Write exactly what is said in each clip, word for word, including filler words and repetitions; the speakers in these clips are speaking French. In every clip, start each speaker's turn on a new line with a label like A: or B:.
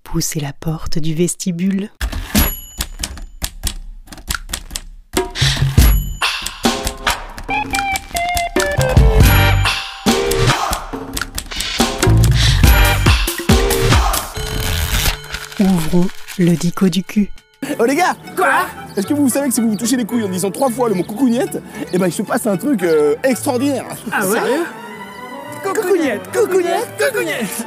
A: Poussez la porte du vestibule. Ouvrons le dico du cul.
B: Oh les gars! Quoi? Est-ce que vous savez que si vous vous touchez les couilles en disant trois fois le mot coucougnette, eh ben il se passe un truc euh, extraordinaire.
C: Ah ouais? Sérieux? Coucougnette, coucougnette, coucougnette.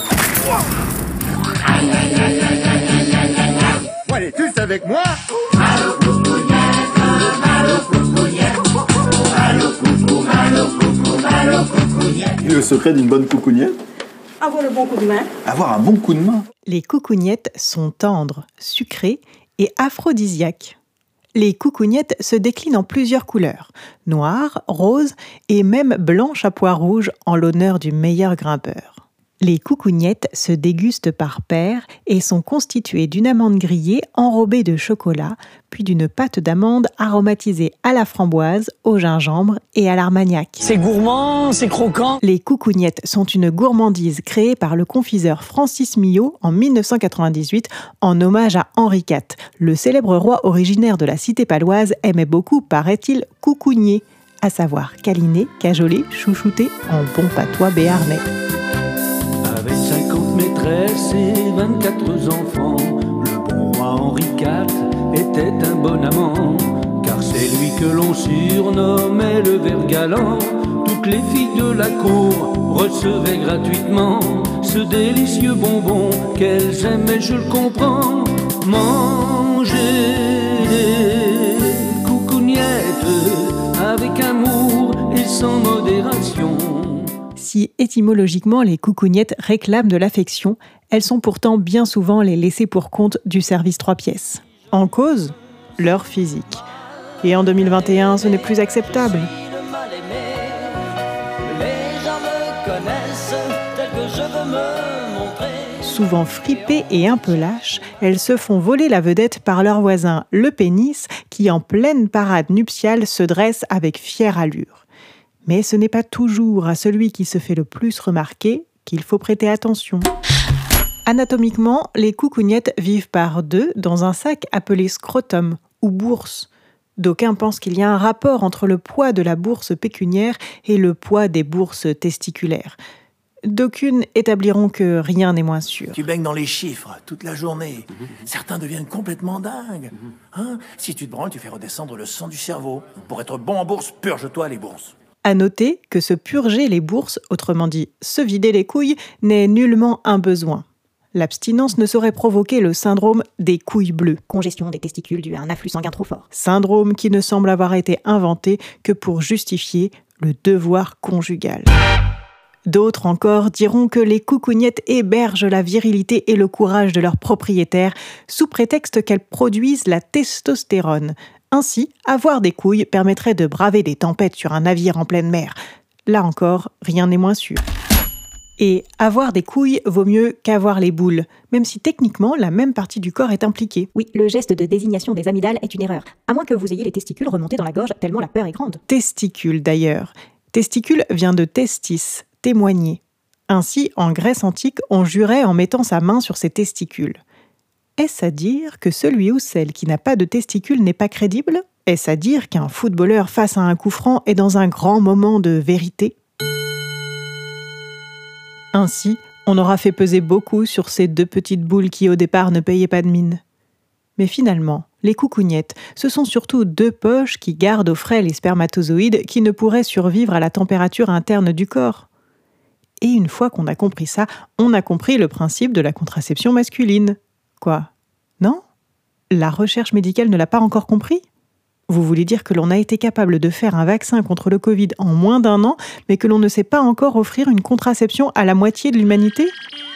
D: Bon, allez tous avec moi.
E: Allô coucougnette, allô coucougnette, allô coucou, allô coucou, allô coucougnette.
B: Le secret d'une bonne coucougnette?
C: Avoir le bon coup de main.
B: Avoir un bon coup de main.
A: Les coucougnettes sont tendres, sucrées et aphrodisiaques. Les coucougnettes se déclinent en plusieurs couleurs, noire, rose et même blanche à pois rouge en l'honneur du meilleur grimpeur. Les coucougnettes se dégustent par paires et sont constituées d'une amande grillée enrobée de chocolat, puis d'une pâte d'amande aromatisée à la framboise, au gingembre et à l'armagnac.
C: C'est gourmand, c'est croquant.
A: Les coucougnettes sont une gourmandise créée par le confiseur Francis Millot en dix-neuf cent quatre-vingt-dix-huit en hommage à Henri quatre. Le célèbre roi originaire de la cité paloise aimait beaucoup, paraît-il, coucougner, à savoir câliner, cajoler, chouchouter en bon patois béarnais.
F: Avec cinquante maîtresses et vingt-quatre enfants, le bon roi Henri quatre était un bon amant, car c'est lui que l'on surnommait le ver galant. Toutes les filles de la cour recevaient gratuitement ce délicieux bonbon qu'elles aimaient, je le comprends. Manger des coucougnettes avec amour et sans modération.
A: Si étymologiquement les coucougnettes réclament de l'affection, elles sont pourtant bien souvent les laissées pour compte du service trois pièces. En cause, leur physique. Et en deux mille vingt et un, ce n'est plus acceptable. Souvent fripées et un peu lâches, elles se font voler la vedette par leur voisin, le pénis, qui en pleine parade nuptiale se dresse avec fière allure. Mais ce n'est pas toujours à celui qui se fait le plus remarquer qu'il faut prêter attention. Anatomiquement, les coucougnettes vivent par deux dans un sac appelé scrotum ou bourse. D'aucuns pensent qu'il y a un rapport entre le poids de la bourse pécuniaire et le poids des bourses testiculaires. D'aucunes établiront que rien n'est moins sûr.
G: Tu baignes dans les chiffres toute la journée. Mmh. Certains deviennent complètement dingues. Mmh. Hein? Si tu te branles, tu fais redescendre le sang du cerveau. Pour être bon en bourse, purge-toi les bourses.
A: À noter que se purger les bourses, autrement dit se vider les couilles, n'est nullement un besoin. L'abstinence ne saurait provoquer le syndrome des couilles bleues.
H: Congestion des testicules due à un afflux sanguin trop fort.
A: Syndrome qui ne semble avoir été inventé que pour justifier le devoir conjugal. D'autres encore diront que les coucougnettes hébergent la virilité et le courage de leurs propriétaires sous prétexte qu'elles produisent la testostérone. Ainsi, avoir des couilles permettrait de braver des tempêtes sur un navire en pleine mer. Là encore, rien n'est moins sûr. Et avoir des couilles vaut mieux qu'avoir les boules, même si techniquement la même partie du corps est impliquée.
H: Oui, le geste de désignation des amygdales est une erreur, à moins que vous ayez les testicules remontés dans la gorge tellement la peur est grande.
A: Testicules d'ailleurs. Testicule vient de testis, témoigner. Ainsi, en Grèce antique, on jurait en mettant sa main sur ses testicules. Est-ce à dire que celui ou celle qui n'a pas de testicules n'est pas crédible? Est-ce à dire qu'un footballeur face à un coup franc est dans un grand moment de vérité? Ainsi, on aura fait peser beaucoup sur ces deux petites boules qui au départ ne payaient pas de mine. Mais finalement, les coucougnettes, ce sont surtout deux poches qui gardent au frais les spermatozoïdes qui ne pourraient survivre à la température interne du corps. Et une fois qu'on a compris ça, on a compris le principe de la contraception masculine. Quoi? Non? La recherche médicale ne l'a pas encore compris? Vous voulez dire que l'on a été capable de faire un vaccin contre le Covid en moins d'un an, mais que l'on ne sait pas encore offrir une contraception à la moitié de l'humanité?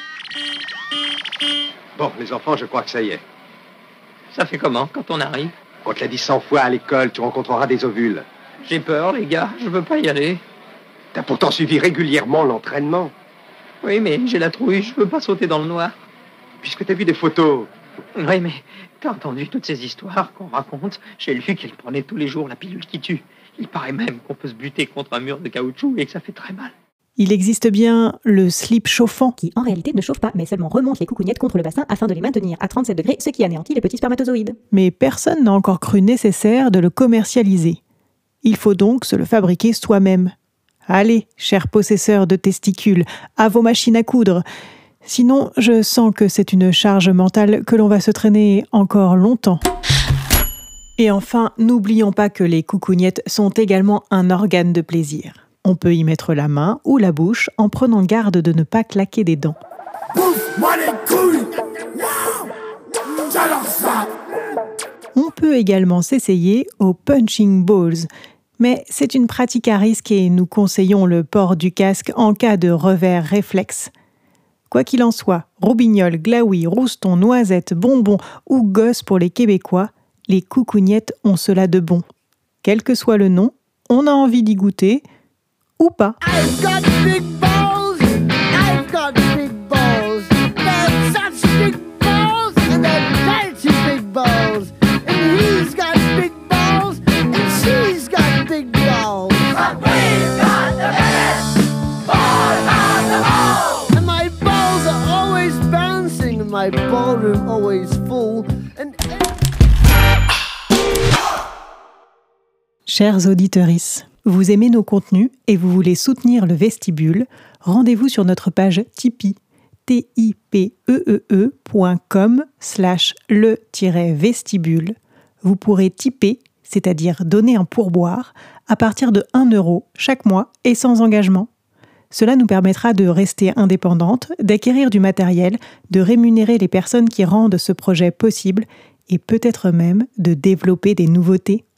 D: Bon, les enfants, je crois que ça y est.
I: Ça fait comment quand on arrive?
D: On te l'a dit cent fois à l'école, tu rencontreras des ovules.
I: J'ai peur, les gars, je veux pas y aller.
D: T'as pourtant suivi régulièrement l'entraînement.
I: Oui, mais j'ai la trouille, je veux pas sauter dans le noir.
D: Puisque t'as vu des photos.
I: Oui, mais t'as entendu toutes ces histoires qu'on raconte? J'ai lu qu'il prenait tous les jours la pilule qui tue. Il paraît même qu'on peut se buter contre un mur de caoutchouc et que ça fait très mal.
A: Il existe bien le slip chauffant,
H: qui en réalité ne chauffe pas, mais seulement remonte les coucougnettes contre le bassin afin de les maintenir à trente-sept degrés, ce qui anéantit les petits spermatozoïdes.
A: Mais personne n'a encore cru nécessaire de le commercialiser. Il faut donc se le fabriquer soi-même. Allez, chers possesseurs de testicules, à vos machines à coudre. Sinon, je sens que c'est une charge mentale que l'on va se traîner encore longtemps. Et enfin, n'oublions pas que les coucougnettes sont également un organe de plaisir. On peut y mettre la main ou la bouche en prenant garde de ne pas claquer des dents.
C: Bouffe-moi les couilles. Wow. J'adore ça.
A: On peut également s'essayer au punching balls, mais c'est une pratique à risque et nous conseillons le port du casque en cas de revers réflexe. Quoi qu'il en soit, roubignoles, glaouis, roustons, noisettes, bonbons ou gosses pour les Québécois, les coucougnettes ont cela de bon. Quel que soit le nom, on a envie d'y goûter ou pas.
C: I've got big balls. I've got big balls. They're such big balls and they're dirty big balls. And he's got big balls and she's got big balls. But we've got the biggest balls of them all. And my balls are always bouncing and my ballroom always full. And
A: Chers auditeuristes, vous aimez nos contenus et vous voulez soutenir le vestibule, rendez-vous sur notre page Tipeee, t-i-p-e-e-e point com slash le-vestibule. Vous pourrez tiper, c'est-à-dire donner un pourboire, à partir de un euro chaque mois et sans engagement. Cela nous permettra de rester indépendantes, d'acquérir du matériel, de rémunérer les personnes qui rendent ce projet possible et peut-être même de développer des nouveautés.